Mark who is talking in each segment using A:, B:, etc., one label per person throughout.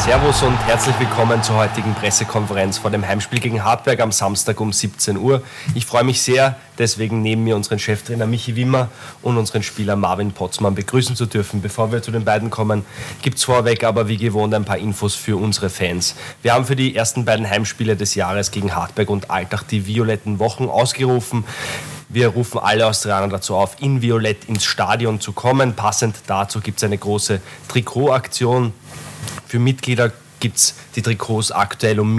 A: Servus und herzlich willkommen zur heutigen Pressekonferenz vor dem Heimspiel gegen Hartberg am Samstag um 17 Uhr. Ich freue mich sehr, deswegen neben mir unseren Cheftrainer Michi Wimmer und unseren Spieler Marvin Potzmann begrüßen zu dürfen. Bevor wir zu den beiden kommen, gibt es vorweg aber wie gewohnt ein paar Infos für unsere Fans. Wir haben für die ersten beiden Heimspiele des Jahres gegen Hartberg und Altach die violetten Wochen ausgerufen. Wir rufen alle Austrianer dazu auf, in Violett ins Stadion zu kommen. Passend dazu gibt es eine große Trikotaktion. Für Mitglieder gibt es die Trikots aktuell um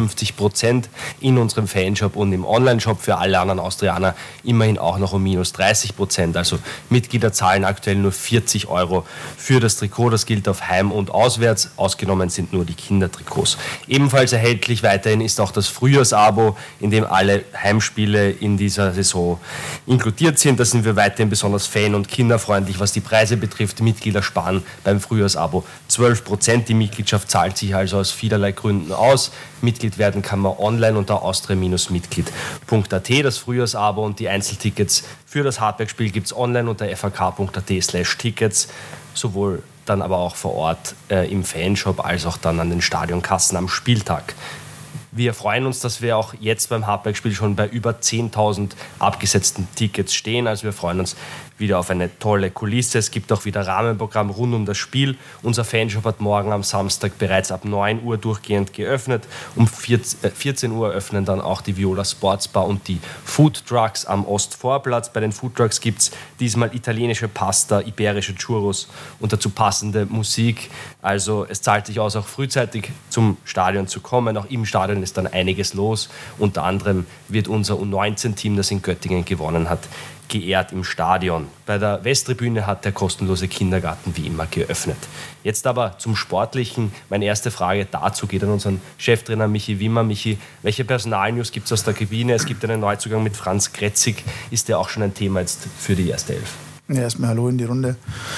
A: -50% in unserem Fanshop und im Onlineshop. Für alle anderen Austrianer immerhin auch noch um -30%. Also Mitglieder zahlen aktuell nur 40 € für das Trikot. Das gilt auf Heim- und Auswärts. Ausgenommen sind nur die Kindertrikots. Ebenfalls erhältlich weiterhin ist auch das Frühjahrsabo, in dem alle Heimspiele in dieser Saison inkludiert sind. Da sind wir weiterhin besonders fan- und kinderfreundlich, was die Preise betrifft. Mitglieder sparen beim Frühjahrsabo 12%. Die Mitgliedschaft zahlt sich also aus vielerlei Gründen aus. Mitglied werden kann man online unter austria-mitglied.at. Das Frühjahrsabo und die Einzeltickets für das Hartberg-Spiel gibt es online unter fak.at/tickets, sowohl dann aber auch vor Ort im Fanshop als auch dann an den Stadionkassen am Spieltag. Wir freuen uns, dass wir auch jetzt beim Hartberg-Spiel schon bei über 10.000 abgesetzten Tickets stehen. Also wir freuen uns wieder auf eine tolle Kulisse. Es gibt auch wieder Rahmenprogramm rund um das Spiel. Unser Fanshop hat morgen am Samstag bereits ab 9 Uhr durchgehend geöffnet. Um 14 Uhr öffnen dann auch die Viola Sportsbar und die Food Trucks am Ostvorplatz. Bei den Food Trucks gibt es diesmal italienische Pasta, iberische Churros und dazu passende Musik. Also es zahlt sich aus, auch frühzeitig zum Stadion zu kommen. Auch im Stadion ist dann einiges los. Unter anderem wird unser U19-Team, das in Göttingen gewonnen hat, geehrt im Stadion. Bei der Westtribüne hat der kostenlose Kindergarten wie immer geöffnet. Jetzt aber zum Sportlichen. Meine erste Frage dazu geht an unseren Cheftrainer Michi Wimmer. Michi, welche Personalnews gibt es aus der Kabine? Es gibt einen Neuzugang mit Franz Kretzig. Ist der auch schon ein Thema jetzt für die erste Elf?
B: Ja, erstmal Hallo in die Runde.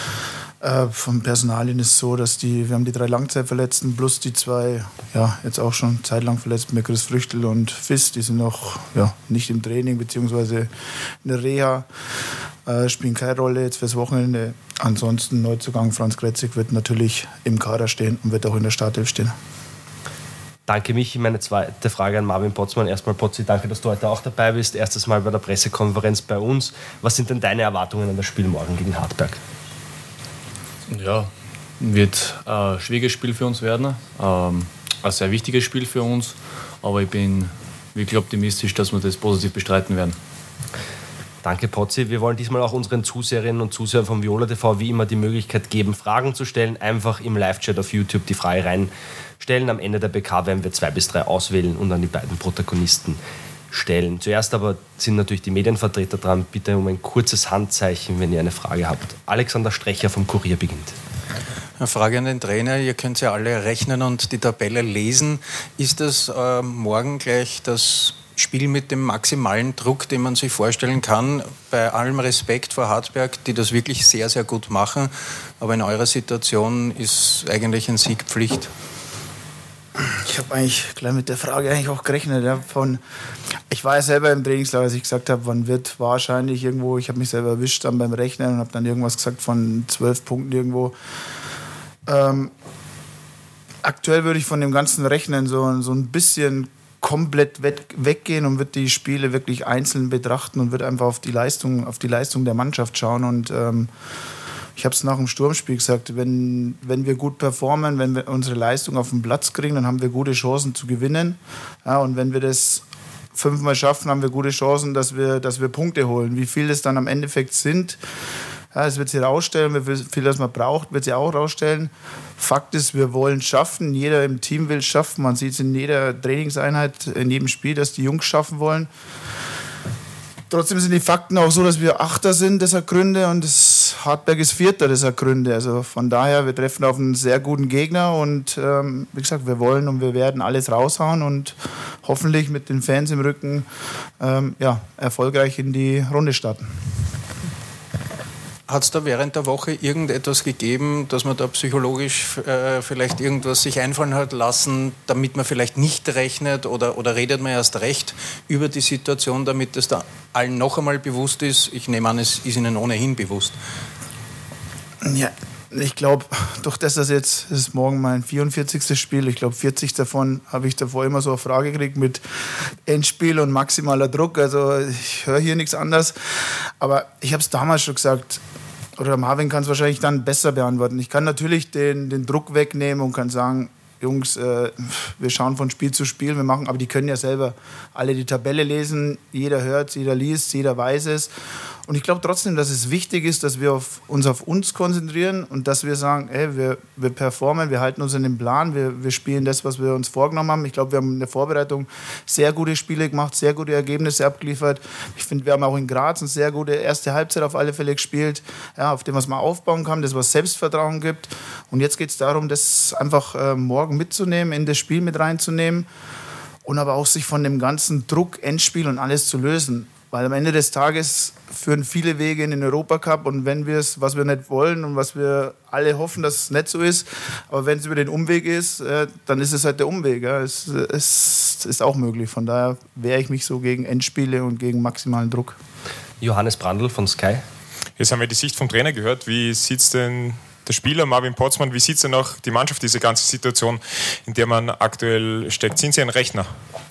B: Vom Personalien ist es so, dass wir haben die 3 Langzeitverletzten plus die 2, jetzt auch schon zeitlang verletzten, mit Chris Früchtel und Fiss, die sind noch nicht im Training bzw. in der Reha, spielen keine Rolle jetzt fürs Wochenende. Ansonsten Neuzugang Franz Kretzig wird natürlich im Kader stehen und wird auch in der Startelf stehen.
A: Danke, Michi. Meine zweite Frage an Marvin Potzmann. Erstmal, Potzi, danke, dass du heute auch dabei bist. Erstes Mal bei der Pressekonferenz bei uns. Was sind denn deine Erwartungen an das Spiel morgen gegen Hartberg?
C: Ja, wird ein schwieriges Spiel für uns werden, ein sehr wichtiges Spiel für uns, aber ich bin wirklich optimistisch, dass wir das positiv bestreiten werden.
A: Danke, Potzi. Wir wollen diesmal auch unseren Zuseherinnen und Zusehern vom Viola TV wie immer die Möglichkeit geben, Fragen zu stellen. Einfach im Live-Chat auf YouTube die Frage reinstellen. Am Ende der PK werden wir 2 bis 3 auswählen und an die beiden Protagonisten stellen. Zuerst aber sind natürlich die Medienvertreter dran. Bitte um ein kurzes Handzeichen, wenn ihr eine Frage habt. Alexander Strecher vom Kurier beginnt.
D: Eine Frage an den Trainer. Ihr könnt ja alle rechnen und die Tabelle lesen. Ist das morgen gleich das Spiel mit dem maximalen Druck, den man sich vorstellen kann? Bei allem Respekt vor Hartberg, die das wirklich sehr, sehr gut machen. Aber in eurer Situation ist eigentlich ein Sieg Pflicht.
B: Ich habe eigentlich gleich mit der Frage auch gerechnet. Ja, ich war ja selber im Trainingslager, als ich gesagt habe, wann wird wahrscheinlich irgendwo, ich habe mich selber erwischt dann beim Rechnen und habe dann irgendwas gesagt von 12 Punkten irgendwo. Aktuell würde ich von dem ganzen Rechnen so ein bisschen komplett weggehen und wird die Spiele wirklich einzeln betrachten und wird einfach auf die Leistung der Mannschaft schauen. Und ich habe es nach dem Sturmspiel gesagt, wenn wir gut performen, wenn wir unsere Leistung auf den Platz kriegen, dann haben wir gute Chancen zu gewinnen. Ja, und wenn wir das 5-mal schaffen, haben wir gute Chancen, dass wir Punkte holen. Wie viel das dann am Endeffekt sind, das wird sie rausstellen. Wie viel das man braucht, wird sie auch rausstellen. Fakt ist, wir wollen es schaffen. Jeder im Team will es schaffen. Man sieht es in jeder Trainingseinheit, in jedem Spiel, dass die Jungs schaffen wollen. Trotzdem sind die Fakten auch so, dass wir Achter sind, das hat Gründe, und das Hartberg ist Vierter, das hat Gründe. Also von daher, wir treffen auf einen sehr guten Gegner und wie gesagt, wir wollen und wir werden alles raushauen und hoffentlich mit den Fans im Rücken erfolgreich in die Runde starten.
D: Hat es da während der Woche irgendetwas gegeben, dass man da psychologisch vielleicht irgendwas sich einfallen hat lassen, damit man vielleicht nicht rechnet, oder redet man erst recht über die Situation, damit es da allen noch einmal bewusst ist? Ich nehme an, es ist Ihnen ohnehin bewusst.
B: Ja, Ich glaube, durch das ist morgen mein 44. Spiel, ich glaube 40 davon habe ich davor immer so eine Frage gekriegt mit Endspiel und maximaler Druck, also ich höre hier nichts anderes. Aber ich habe es damals schon gesagt, oder Marvin kann es wahrscheinlich dann besser beantworten. Ich kann natürlich den Druck wegnehmen und kann sagen, Jungs, wir schauen von Spiel zu Spiel, wir machen, aber die können ja selber alle die Tabelle lesen, jeder hört, jeder liest, jeder weiß es. Und ich glaube trotzdem, dass es wichtig ist, dass wir uns auf uns konzentrieren und dass wir sagen, ey, wir performen, wir halten uns an den Plan, wir spielen das, was wir uns vorgenommen haben. Ich glaube, wir haben in der Vorbereitung sehr gute Spiele gemacht, sehr gute Ergebnisse abgeliefert. Ich finde, wir haben auch in Graz eine sehr gute erste Halbzeit auf alle Fälle gespielt, ja, auf dem was man aufbauen kann, das was Selbstvertrauen gibt. Und jetzt geht es darum, das einfach morgen mitzunehmen, in das Spiel mit reinzunehmen und aber auch sich von dem ganzen Druck, Endspiel und alles zu lösen. Weil am Ende des Tages führen viele Wege in den Europacup und wenn wir es, was wir nicht wollen und was wir alle hoffen, dass es nicht so ist, aber wenn es über den Umweg ist, dann ist es halt der Umweg. Ja. Es ist auch möglich. Von daher wehre ich mich so gegen Endspiele und gegen maximalen Druck.
A: Johannes Brandl von Sky.
E: Jetzt haben wir die Sicht vom Trainer gehört. Wie sieht es denn der Spieler Marvin Potzmann, wie sieht es denn auch die Mannschaft, diese ganze Situation, in der man aktuell steckt? Sind Sie ein Rechner?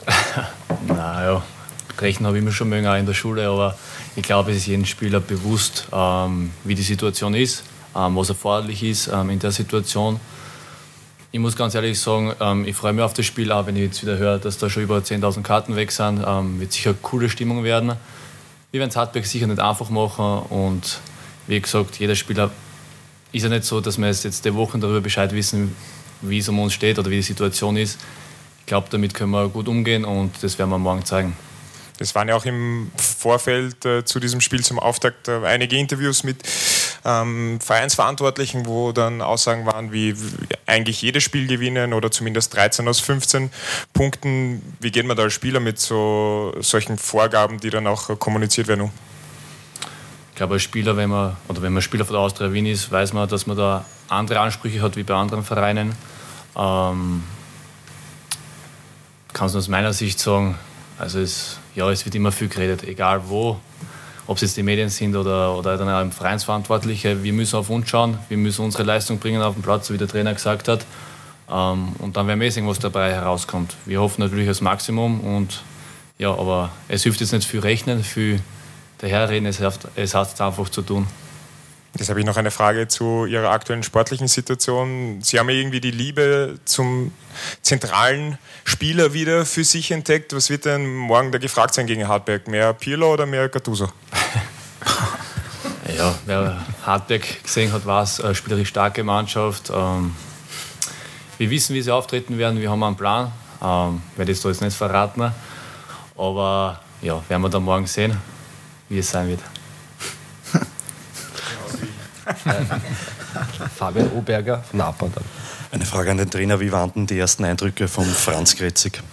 C: Naja, Rechnen habe ich mir schon mögen auch in der Schule, aber ich glaube, es ist jedem Spieler bewusst, wie die Situation ist, was erforderlich ist in der Situation. Ich muss ganz ehrlich sagen, ich freue mich auf das Spiel, auch wenn ich jetzt wieder höre, dass da schon über 10.000 Karten weg sind. Wird sicher eine coole Stimmung werden. Wir werden es Hartberg sicher nicht einfach machen und wie gesagt, jeder Spieler ist ja nicht so, dass wir jetzt die Wochen darüber Bescheid wissen, wie es um uns steht oder wie die Situation ist. Ich glaube, damit können wir gut umgehen und das werden wir morgen zeigen.
E: Es waren ja auch im Vorfeld zu diesem Spiel zum Auftakt einige Interviews mit Vereinsverantwortlichen, wo dann Aussagen waren, wie eigentlich jedes Spiel gewinnen oder zumindest 13 aus 15 Punkten. Wie geht man da als Spieler mit solchen Vorgaben, die dann auch kommuniziert werden, um?
C: Ich glaube, als Spieler, wenn man Spieler von der Austria Wien ist, weiß man, dass man da andere Ansprüche hat wie bei anderen Vereinen. Kann es aus meiner Sicht sagen, also es wird immer viel geredet, egal wo, ob es jetzt die Medien sind oder dann auch Vereinsverantwortliche. Wir müssen auf uns schauen, wir müssen unsere Leistung bringen auf den Platz, so wie der Trainer gesagt hat. Und dann werden wir sehen, was dabei herauskommt. Wir hoffen natürlich das Maximum, aber es hilft jetzt nicht viel rechnen, viel daherreden, es heißt es einfach zu tun.
E: Jetzt habe ich noch eine Frage zu Ihrer aktuellen sportlichen Situation. Sie haben ja irgendwie die Liebe zum zentralen Spieler wieder für sich entdeckt. Was wird denn morgen da gefragt sein gegen Hartberg? Mehr Pirlo oder mehr Gattuso?
C: Ja, wer Hartberg gesehen hat, weiß, eine spielerisch starke Mannschaft. Wir wissen, wie sie auftreten werden. Wir haben einen Plan. Werde ich da jetzt nicht verraten. Aber ja, werden wir dann morgen sehen, wie es sein wird.
A: Fabian Oberger von APA.
F: Eine Frage an den Trainer. Wie waren denn die ersten Eindrücke von Franz Kretzig?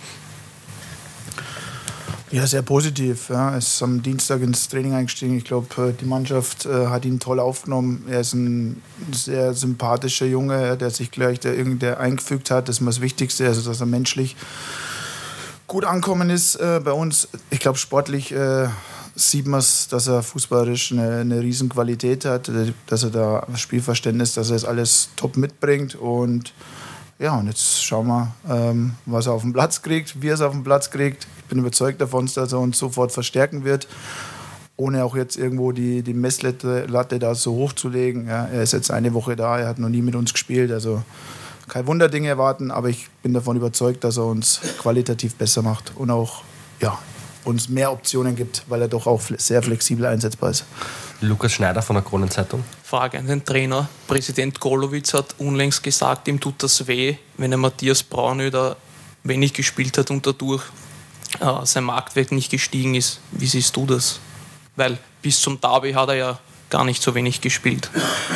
B: Ja, sehr positiv. Ja. Er ist am Dienstag ins Training eingestiegen. Ich glaube, die Mannschaft hat ihn toll aufgenommen. Er ist ein sehr sympathischer Junge, der sich gleich der eingefügt hat. Das ist mal das Wichtigste, also dass er menschlich gut angekommen ist bei uns. Ich glaube, sportlich sieht man es, dass er fußballerisch eine riesen Qualität hat, dass er da Spielverständnis, dass er das alles top mitbringt und ja, und jetzt schauen wir, was er auf den Platz kriegt, wie er es auf den Platz kriegt. Ich bin überzeugt davon, dass er uns sofort verstärken wird, ohne auch jetzt irgendwo die Messlatte da so hoch zu legen. Ja, er ist jetzt eine Woche da, er hat noch nie mit uns gespielt, also kein Wunderdinge erwarten, aber ich bin davon überzeugt, dass er uns qualitativ besser macht und auch uns mehr Optionen gibt, weil er doch auch sehr flexibel einsetzbar ist.
A: Lukas Schneider von der Kronenzeitung.
G: Frage an den Trainer. Präsident Golowitz hat unlängst gesagt, ihm tut das weh, wenn er Matthias Braunöder wenig gespielt hat und dadurch sein Marktwert nicht gestiegen ist. Wie siehst du das? Weil bis zum Derby hat er ja gar nicht so wenig gespielt.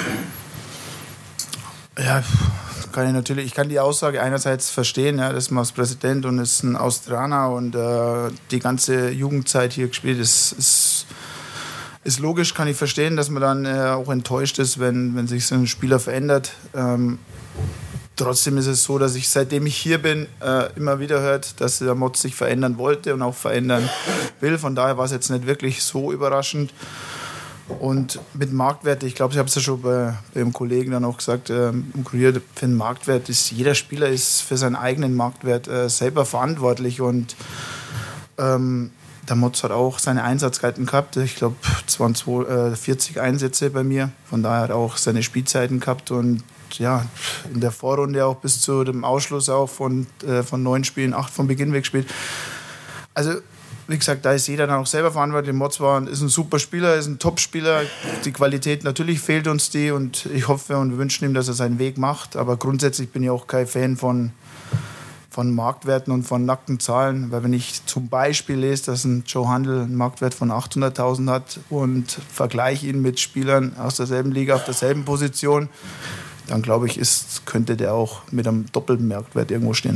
B: Ja, ich kann die Aussage einerseits verstehen, ja, das ist man als Präsident und ist ein Australier und die ganze Jugendzeit hier gespielt ist logisch, kann ich verstehen, dass man dann auch enttäuscht ist, wenn sich so ein Spieler verändert. Trotzdem ist es so, dass ich, seitdem ich hier bin, immer wieder hört, dass der Motz sich verändern wollte und auch verändern will. Von daher war es jetzt nicht wirklich so überraschend. Und mit Marktwert, ich glaube, ich habe es ja schon bei dem Kollegen dann auch gesagt, im Kurier, für den Marktwert ist jeder Spieler ist für seinen eigenen Marktwert selber verantwortlich. Und der Motz hat auch seine Einsatzzeiten gehabt. Ich glaube, es waren 40 Einsätze bei mir. Von daher hat er auch seine Spielzeiten gehabt. Und ja, in der Vorrunde auch bis zu dem Ausschluss auch von 9 Spielen 8 von Beginn weg gespielt. Also, wie gesagt, da ist jeder dann auch selber verantwortlich. Motz ist ein super Spieler, ist ein Top-Spieler. Die Qualität, natürlich fehlt uns die und ich hoffe und wir wünschen ihm, dass er seinen Weg macht. Aber grundsätzlich bin ich auch kein Fan von Marktwerten und von nackten Zahlen. Weil wenn ich zum Beispiel lese, dass ein Joe Handel einen Marktwert von 800.000 hat und vergleiche ihn mit Spielern aus derselben Liga auf derselben Position, dann glaube ich, könnte der auch mit einem doppelten Marktwert irgendwo stehen.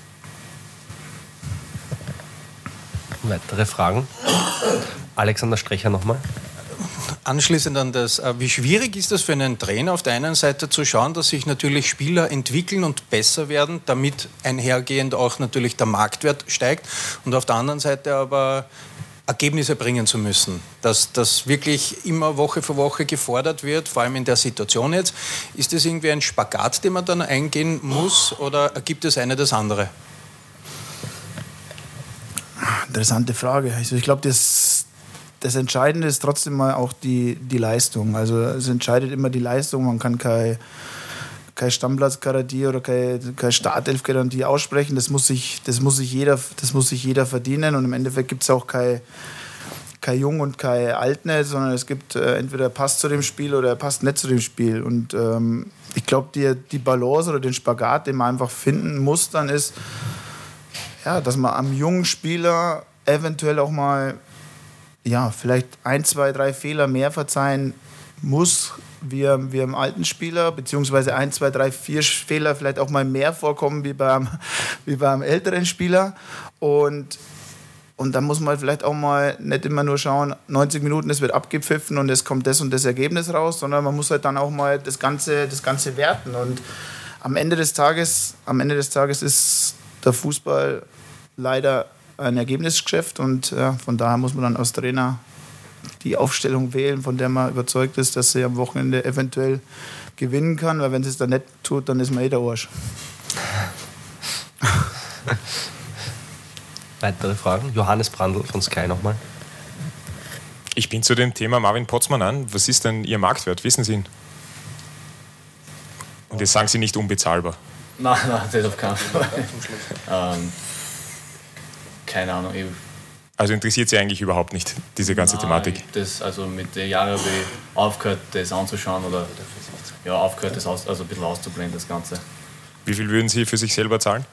A: Weitere Fragen? Alexander Strecher nochmal.
D: Anschließend an das, wie schwierig ist das für einen Trainer auf der einen Seite zu schauen, dass sich natürlich Spieler entwickeln und besser werden, damit einhergehend auch natürlich der Marktwert steigt und auf der anderen Seite aber Ergebnisse bringen zu müssen, dass das wirklich immer Woche für Woche gefordert wird, vor allem in der Situation jetzt. Ist das irgendwie ein Spagat, den man dann eingehen muss oder ergibt es eine das andere?
B: Interessante Frage. Also ich glaube, das Entscheidende ist trotzdem mal auch die Leistung. Also es entscheidet immer die Leistung. Man kann keine Stammplatzgarantie oder keine Startelf-Garantie aussprechen. Das muss sich jeder verdienen. Und im Endeffekt gibt es auch kein Jung und kein Altnet, sondern es gibt entweder er passt zu dem Spiel oder er passt nicht zu dem Spiel. Und ich glaube, die Balance oder den Spagat, den man einfach finden muss, dann ist, ja, dass man am jungen Spieler eventuell auch mal vielleicht 1, 2, 3 Fehler mehr verzeihen muss, wie am alten Spieler, beziehungsweise 1, 2, 3, 4 Fehler vielleicht auch mal mehr vorkommen wie beim älteren Spieler. Und dann muss man vielleicht auch mal nicht immer nur schauen, 90 Minuten, es wird abgepfiffen und es kommt das und das Ergebnis raus, sondern man muss halt dann auch mal das Ganze werten. Und am Ende des Tages ist der Fußball leider ein Ergebnisgeschäft und von daher muss man dann als Trainer die Aufstellung wählen, von der man überzeugt ist, dass sie am Wochenende eventuell gewinnen kann, weil wenn sie es dann nicht tut, dann ist man der Arsch.
A: Weitere Fragen? Johannes Brandl von Sky nochmal.
E: Ich bin zu dem Thema Marvin Potzmann an. Was ist denn Ihr Marktwert? Wissen Sie ihn? Und jetzt sagen Sie nicht unbezahlbar.
C: Nein, das auf keinen Fall. Keine Ahnung.
E: Also interessiert Sie eigentlich überhaupt nicht, diese ganze Thematik?
C: Also mit den Jahren habe ich aufgehört, das anzuschauen oder aufgehört, das ein bisschen auszublenden, das Ganze.
E: Wie viel würden Sie für sich selber zahlen?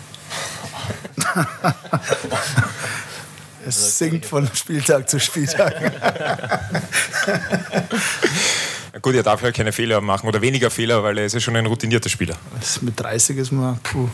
B: Es sinkt von Spieltag zu Spieltag.
E: Gut, er darf ja keine Fehler machen oder weniger Fehler, weil er ist ja schon ein routinierter Spieler.
B: Mit 30 ist man puh.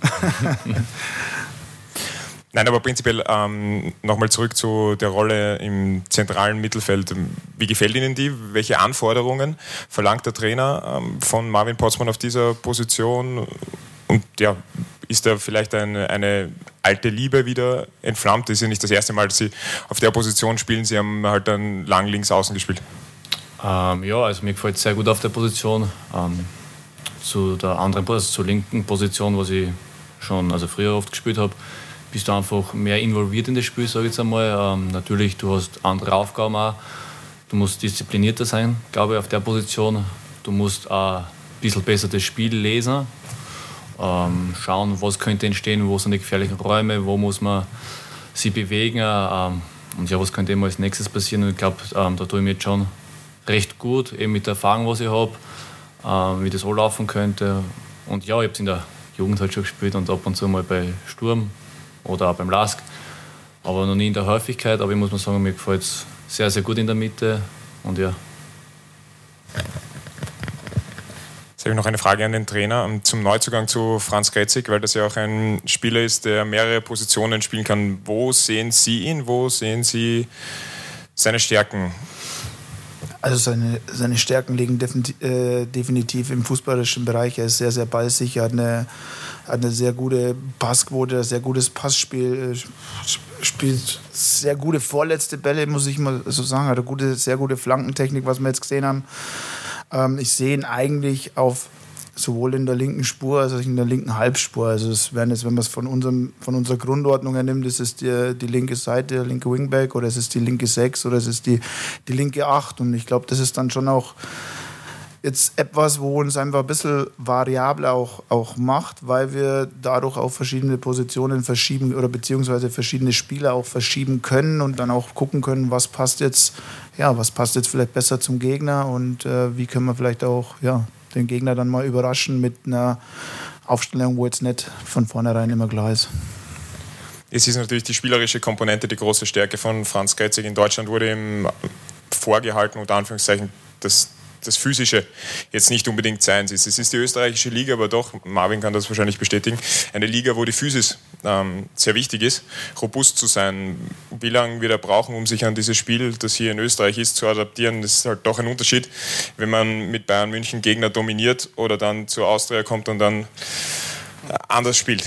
E: Nein, aber prinzipiell nochmal zurück zu der Rolle im zentralen Mittelfeld. Wie gefällt Ihnen die? Welche Anforderungen verlangt der Trainer von Marvin Potzmann auf dieser Position? Und ja, ist da vielleicht eine alte Liebe wieder entflammt? Das ist ja nicht das erste Mal, dass Sie auf der Position spielen. Sie haben halt dann lang links außen gespielt.
C: Also mir gefällt es sehr gut auf der Position. Zu der anderen, also zur linken Position, was ich schon früher oft gespielt habe, bist du einfach mehr involviert in das Spiel, sage ich jetzt einmal. Natürlich, du hast andere Aufgaben auch. Du musst disziplinierter sein, glaube ich, auf der Position. Du musst auch ein bisschen besser das Spiel lesen. Schauen, was könnte entstehen, wo sind die gefährlichen Räume, wo muss man sich bewegen. Und was könnte eben als nächstes passieren. Und ich glaube, da tue ich mir jetzt schon recht gut, eben mit der Erfahrung, was ich habe, wie das anlaufen könnte. Und ja, ich habe es in der Jugend halt schon gespielt und ab und zu mal bei Sturm oder auch beim LASK, aber noch nie in der Häufigkeit. Aber ich muss mal sagen, mir gefällt es sehr, sehr gut in der Mitte. Und ja.
E: Jetzt habe ich noch eine Frage an den Trainer zum Neuzugang zu Franz Kretzig, weil das ja auch ein Spieler ist, der mehrere Positionen spielen kann. Wo sehen Sie ihn? Wo sehen Sie seine Stärken?
B: Also seine Stärken liegen definitiv im fußballerischen Bereich. Er ist sehr, sehr ballsicher, hat hat eine sehr gute Passquote, sehr gutes Passspiel, spielt sehr gute vorletzte Bälle, muss ich mal so sagen, hat eine sehr gute Flankentechnik, was wir jetzt gesehen haben. Ich sehe ihn eigentlich sowohl in der linken Spur als auch in der linken Halbspur. Also es wären jetzt, wenn man es von unserer Grundordnung her nimmt, ist es die linke Seite, der linke Wingback, oder es ist die linke 6 oder es ist die linke 8. Und ich glaube, das ist dann schon auch jetzt etwas, wo uns einfach ein bisschen variabel auch macht, weil wir dadurch auch verschiedene Positionen verschieben oder beziehungsweise verschiedene Spieler auch verschieben können und dann auch gucken können, was passt jetzt vielleicht besser zum Gegner und wie können wir vielleicht auch den Gegner dann mal überraschen mit einer Aufstellung, wo jetzt nicht von vornherein immer klar ist.
E: Es ist natürlich die spielerische Komponente die große Stärke von Franz Kretzig. In Deutschland wurde ihm vorgehalten, unter Anführungszeichen, dass das Physische jetzt nicht unbedingt seins ist. Es ist die österreichische Liga, aber doch, Marvin kann das wahrscheinlich bestätigen, eine Liga, wo die Physis sehr wichtig ist, robust zu sein. Wie lange wird er brauchen, um sich an dieses Spiel, das hier in Österreich ist, zu adaptieren? Das ist halt doch ein Unterschied, wenn man mit Bayern München Gegner dominiert oder dann zur Austria kommt und dann anders spielt.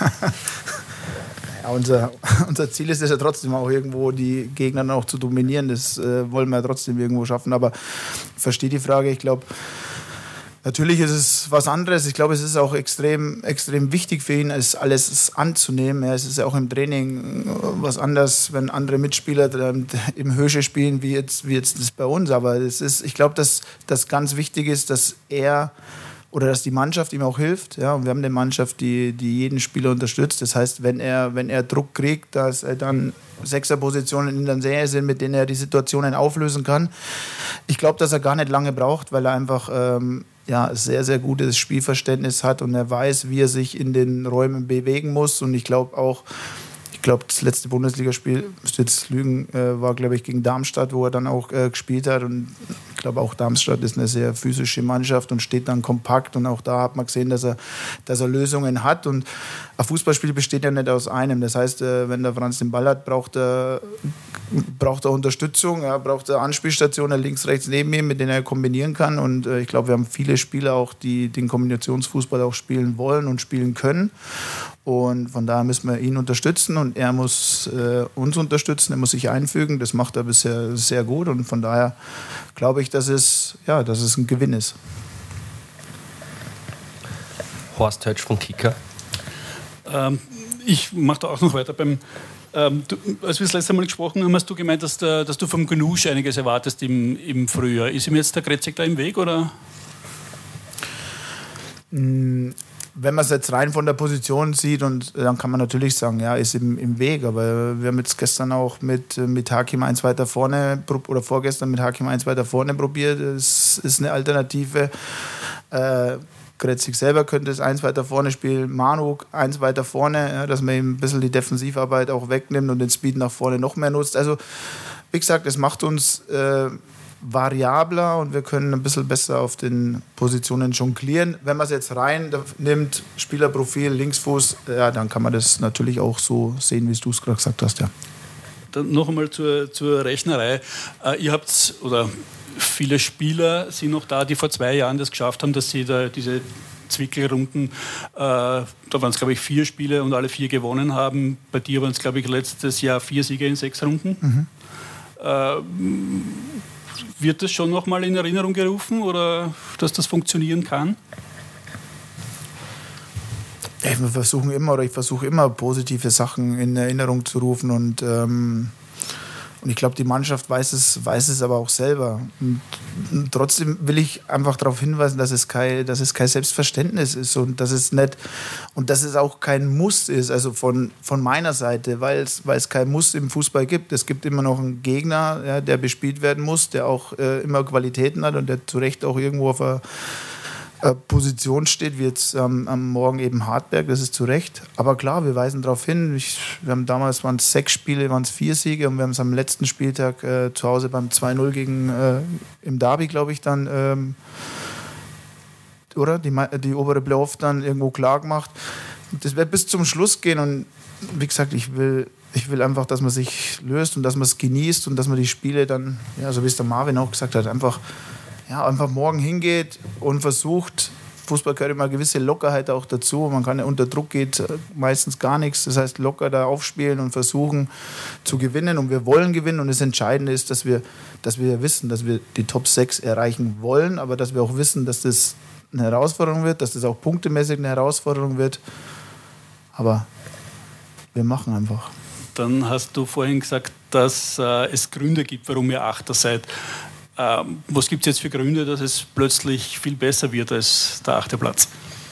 B: Ja, unser Ziel ist es ja trotzdem auch irgendwo, die Gegner auch zu dominieren. Das wollen wir ja trotzdem irgendwo schaffen. Aber ich verstehe die Frage. Ich glaube, natürlich ist es was anderes. Ich glaube, es ist auch extrem wichtig für ihn, es alles anzunehmen. Ja, es ist ja auch im Training was anderes, wenn andere Mitspieler im Hösche spielen, wie jetzt das bei uns. Aber ich glaube, dass das ganz wichtig ist, dass dass die Mannschaft ihm auch hilft. Ja, und wir haben eine Mannschaft, die jeden Spieler unterstützt. Das heißt, wenn er Druck kriegt, dass er dann Sechserpositionen in der Serie sind, mit denen er die Situationen auflösen kann. Ich glaube, dass er gar nicht lange braucht, weil er einfach sehr, sehr gutes Spielverständnis hat und er weiß, wie er sich in den Räumen bewegen muss. Und ich glaube, das letzte Bundesligaspiel, müsste jetzt lügen, war, glaube ich, gegen Darmstadt, wo er dann auch gespielt hat. Und ich glaube, auch Darmstadt ist eine sehr physische Mannschaft und steht dann kompakt. Und auch da hat man gesehen, dass er Lösungen hat. Und ein Fußballspiel besteht ja nicht aus einem. Das heißt, wenn der Franz den Ball hat, braucht er Unterstützung, braucht er Anspielstationen links, rechts neben ihm, mit denen er kombinieren kann. Und ich glaube, wir haben viele Spieler auch, die den Kombinationsfußball auch spielen wollen und spielen können. Und von daher müssen wir ihn unterstützen und er muss uns unterstützen, er muss sich einfügen. Das macht er bisher sehr gut und von daher glaube ich, dass es ein Gewinn ist.
A: Horst Hötsch von Kicker.
H: Ich mache da auch noch weiter beim. Als wir das letzte Mal gesprochen haben, hast du gemeint, dass du vom Gnusch einiges erwartest im Frühjahr. Ist ihm jetzt der Kretzig da im Weg, oder?
B: Wenn man es jetzt rein von der Position sieht, und dann kann man natürlich sagen, ja, ist im Weg. Aber wir haben jetzt gestern auch mit Hakim 1 weiter vorne oder vorgestern mit Hakim 1 weiter vorne probiert. Das ist eine Alternative. Kretzig selber könnte es 1 weiter vorne spielen, Manu 1 weiter vorne, ja, dass man ihm ein bisschen die Defensivarbeit auch wegnimmt und den Speed nach vorne noch mehr nutzt. Also, wie gesagt, es macht uns variabler und wir können ein bisschen besser auf den Positionen jonglieren. Wenn man es jetzt rein nimmt, Spielerprofil, Linksfuß, ja, dann kann man das natürlich auch so sehen, wie du es gerade gesagt hast. Ja.
H: Dann noch einmal zur Rechnerei. Ihr habt, oder viele Spieler sind noch da, die vor 2 Jahren das geschafft haben, dass sie da diese Zwickelrunden, da waren es, glaube ich, 4 Spiele und alle 4 gewonnen haben. Bei dir waren es, glaube ich, letztes Jahr 4 Siege in 6 Runden. Wird das schon noch mal in Erinnerung gerufen oder dass das funktionieren kann?
B: Ich versuche immer positive Sachen in Erinnerung zu rufen und ich glaube, die Mannschaft weiß es aber auch selber. Und trotzdem will ich einfach darauf hinweisen, dass es kein Selbstverständnis ist und dass es auch kein Muss ist, also von meiner Seite, weil es kein Muss im Fußball gibt. Es gibt immer noch einen Gegner, ja, der bespielt werden muss, der auch immer Qualitäten hat und der zu Recht auch irgendwo auf einer Position steht, wie jetzt am Morgen eben Hartberg, das ist zu Recht. Aber klar, wir weisen darauf hin. Wir haben damals, waren es 6 Spiele, waren es 4 Siege und wir haben es am letzten Spieltag zu Hause beim 2-0 im Derby, glaube ich, dann die obere Playoff dann irgendwo klar gemacht. Das wird bis zum Schluss gehen und wie gesagt, ich will einfach, dass man sich löst und dass man es genießt und dass man die Spiele dann, ja, so wie es der Marvin auch gesagt hat, einfach morgen hingeht und versucht Fußball gehört immer eine gewisse Lockerheit auch dazu. Man kann ja unter Druck geht meistens gar nichts. Das heißt, locker da aufspielen und versuchen zu gewinnen. Und wir wollen gewinnen. Und das Entscheidende ist, dass wir wissen, dass wir die Top 6 erreichen wollen, aber dass wir auch wissen, dass das eine Herausforderung wird, dass das auch punktemäßig eine Herausforderung wird. Aber wir machen einfach.
H: Dann hast du vorhin gesagt, dass es Gründe gibt, warum ihr Achter seid. Was gibt es jetzt für Gründe, dass es plötzlich viel besser wird als der 8. Platz?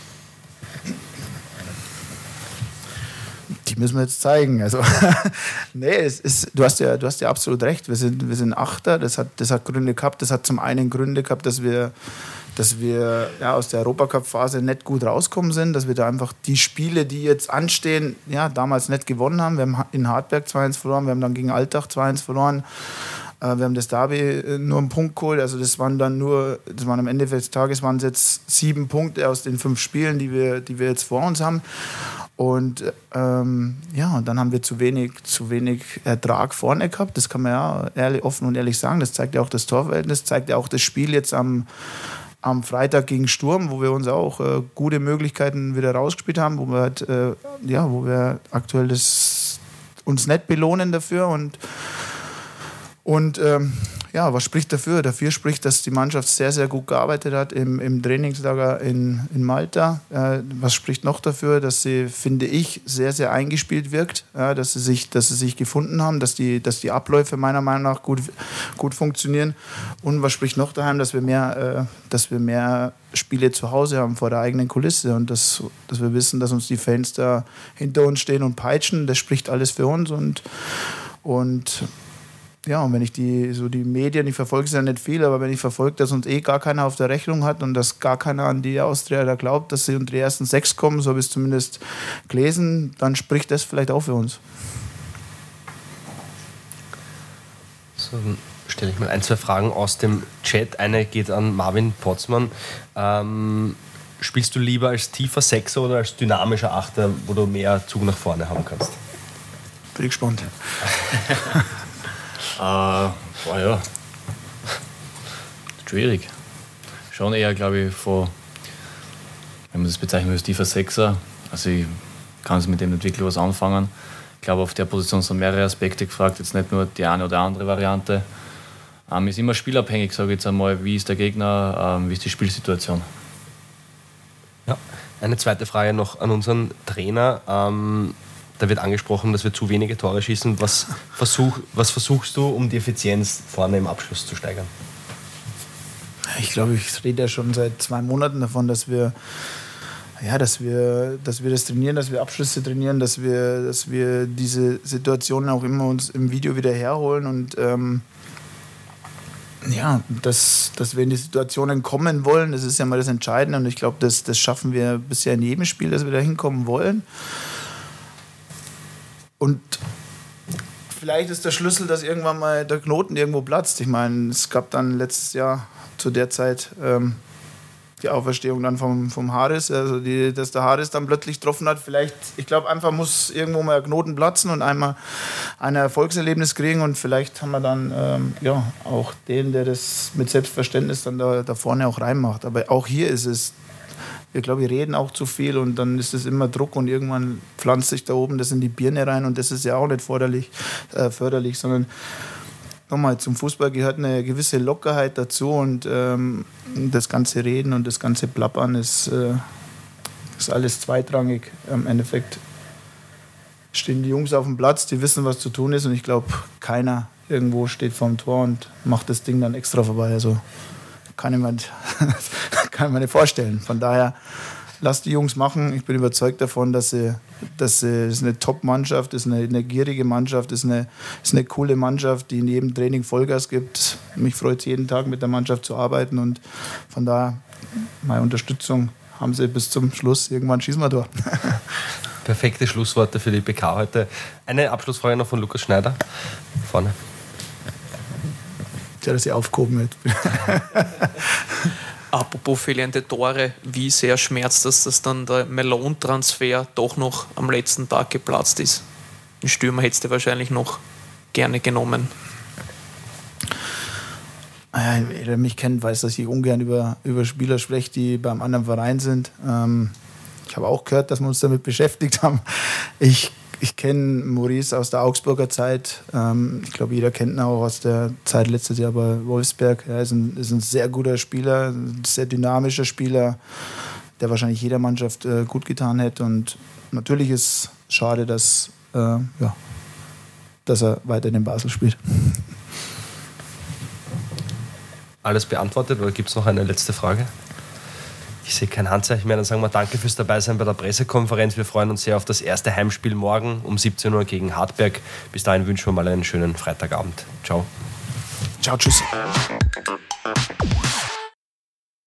B: Die müssen wir jetzt zeigen. Also, nee, du hast ja absolut recht. Wir sind Achter, das hat Gründe gehabt. Das hat zum einen Gründe gehabt, dass wir ja, aus der Europacup-Phase nicht gut rauskommen sind, dass wir da einfach die Spiele, die jetzt anstehen, ja, damals nicht gewonnen haben. Wir haben in Hartberg 2-1 verloren, wir haben dann gegen Altach 2-1 verloren. Wir haben das Derby nur einen Punkt geholt. Also das waren am Ende des Tages waren es jetzt 7 Punkte aus den 5 Spielen, die wir jetzt vor uns haben. Und ja, dann haben wir zu wenig Ertrag vorne gehabt. Das kann man ja offen und ehrlich sagen. Das zeigt ja auch das Torverhältnis, zeigt ja auch das Spiel jetzt am Freitag gegen Sturm, wo wir uns auch gute Möglichkeiten wieder rausgespielt haben, wo wir aktuell uns nicht belohnen dafür. Und ja, was spricht dafür? Dafür spricht, dass die Mannschaft sehr, sehr gut gearbeitet hat im Trainingslager in Malta. Was spricht noch dafür? Dass sie, finde ich, sehr, sehr eingespielt wirkt, dass sie sich gefunden haben, dass die Abläufe meiner Meinung nach gut funktionieren. Und was spricht noch daheim? Dass wir mehr Spiele zu Hause haben vor der eigenen Kulisse und dass wir wissen, dass uns die Fans da hinter uns stehen und peitschen. Das spricht alles für uns und ja, und wenn ich die Medien, ich verfolge es ja nicht viel, aber wenn ich verfolge, dass uns gar keiner auf der Rechnung hat und dass gar keiner an die Austria da glaubt, dass sie unter die ersten 6 kommen, so habe ich es zumindest gelesen, dann spricht das vielleicht auch für uns.
A: So, dann stelle ich mal 1, 2 Fragen aus dem Chat. Eine geht an Marvin Potzmann. Spielst du lieber als tiefer Sechser oder als dynamischer Achter, wo du mehr Zug nach vorne haben kannst?
B: Bin ich gespannt.
C: Ja. Schwierig. Schon eher, glaube ich, wenn man das bezeichnet als tiefer Sechser. Also ich kann es mit dem nicht wirklich was anfangen. Ich glaube, auf der Position sind mehrere Aspekte gefragt, jetzt nicht nur die eine oder andere Variante. Ist immer spielabhängig, sage ich jetzt einmal, wie ist der Gegner, wie ist die Spielsituation.
A: Ja. Eine zweite Frage noch an unseren Trainer. Da wird angesprochen, dass wir zu wenige Tore schießen. Was versuchst du, um die Effizienz vorne im Abschluss zu steigern?
B: Ich glaube, ich rede ja schon seit 2 Monaten davon, dass wir das trainieren, dass wir Abschlüsse trainieren, dass wir diese Situationen auch immer uns im Video wieder herholen und dass wir in die Situationen kommen wollen, das ist ja mal das Entscheidende und ich glaube, das schaffen wir bisher in jedem Spiel, dass wir da hinkommen wollen. Und vielleicht ist der Schlüssel, dass irgendwann mal der Knoten irgendwo platzt. Ich meine, es gab dann letztes Jahr zu der Zeit die Auferstehung dann vom Haris, also dass der Haris dann plötzlich getroffen hat. Vielleicht, ich glaube, einfach muss irgendwo mal ein Knoten platzen und einmal ein Erfolgserlebnis kriegen und vielleicht haben wir dann auch den, der das mit Selbstverständnis dann da vorne auch reinmacht. Aber auch hier ist es, ich glaube, wir reden auch zu viel und dann ist es immer Druck und irgendwann pflanzt sich da oben das in die Birne rein und das ist ja auch nicht förderlich, sondern nochmal, zum Fußball gehört eine gewisse Lockerheit dazu und das ganze Reden und das ganze Plappern ist alles zweitrangig. Im Endeffekt stehen die Jungs auf dem Platz, die wissen, was zu tun ist und ich glaube, keiner irgendwo steht vorm Tor und macht das Ding dann extra vorbei. Also kann ich mir nicht vorstellen. Von daher, lasst die Jungs machen. Ich bin überzeugt davon, dass es eine Top-Mannschaft ist, eine gierige Mannschaft, ist eine coole Mannschaft, die in jedem Training Vollgas gibt. Mich freut es jeden Tag, mit der Mannschaft zu arbeiten und von daher, meine Unterstützung haben sie bis zum Schluss. Irgendwann schießen wir Tor.
A: Perfekte Schlussworte für die PK heute. Eine Abschlussfrage noch von Lukas Schneider. Vorne.
B: Ja, dass sie aufgehoben wird.
G: Apropos fehlende Tore, wie sehr schmerzt das, dass dann der Melon-Transfer doch noch am letzten Tag geplatzt ist? Den Stürmer hättest du wahrscheinlich noch gerne genommen.
B: Wer mich kennt, weiß, dass ich ungern über Spieler spreche, die beim anderen Verein sind. Ich habe auch gehört, dass wir uns damit beschäftigt haben. Ich kenne Maurice aus der Augsburger Zeit. Ich glaube, jeder kennt ihn auch aus der Zeit letztes Jahr bei Wolfsberg. Er ist ein sehr guter Spieler, ein sehr dynamischer Spieler, der wahrscheinlich jeder Mannschaft gut getan hätte. Und natürlich ist es schade, dass er weiter in Basel spielt.
A: Alles beantwortet oder gibt es noch eine letzte Frage? Ich sehe kein Handzeichen mehr, dann sagen wir danke fürs Dabeisein bei der Pressekonferenz. Wir freuen uns sehr auf das erste Heimspiel morgen um 17 Uhr gegen Hartberg. Bis dahin wünschen wir mal einen schönen Freitagabend. Ciao.
B: Ciao, tschüss.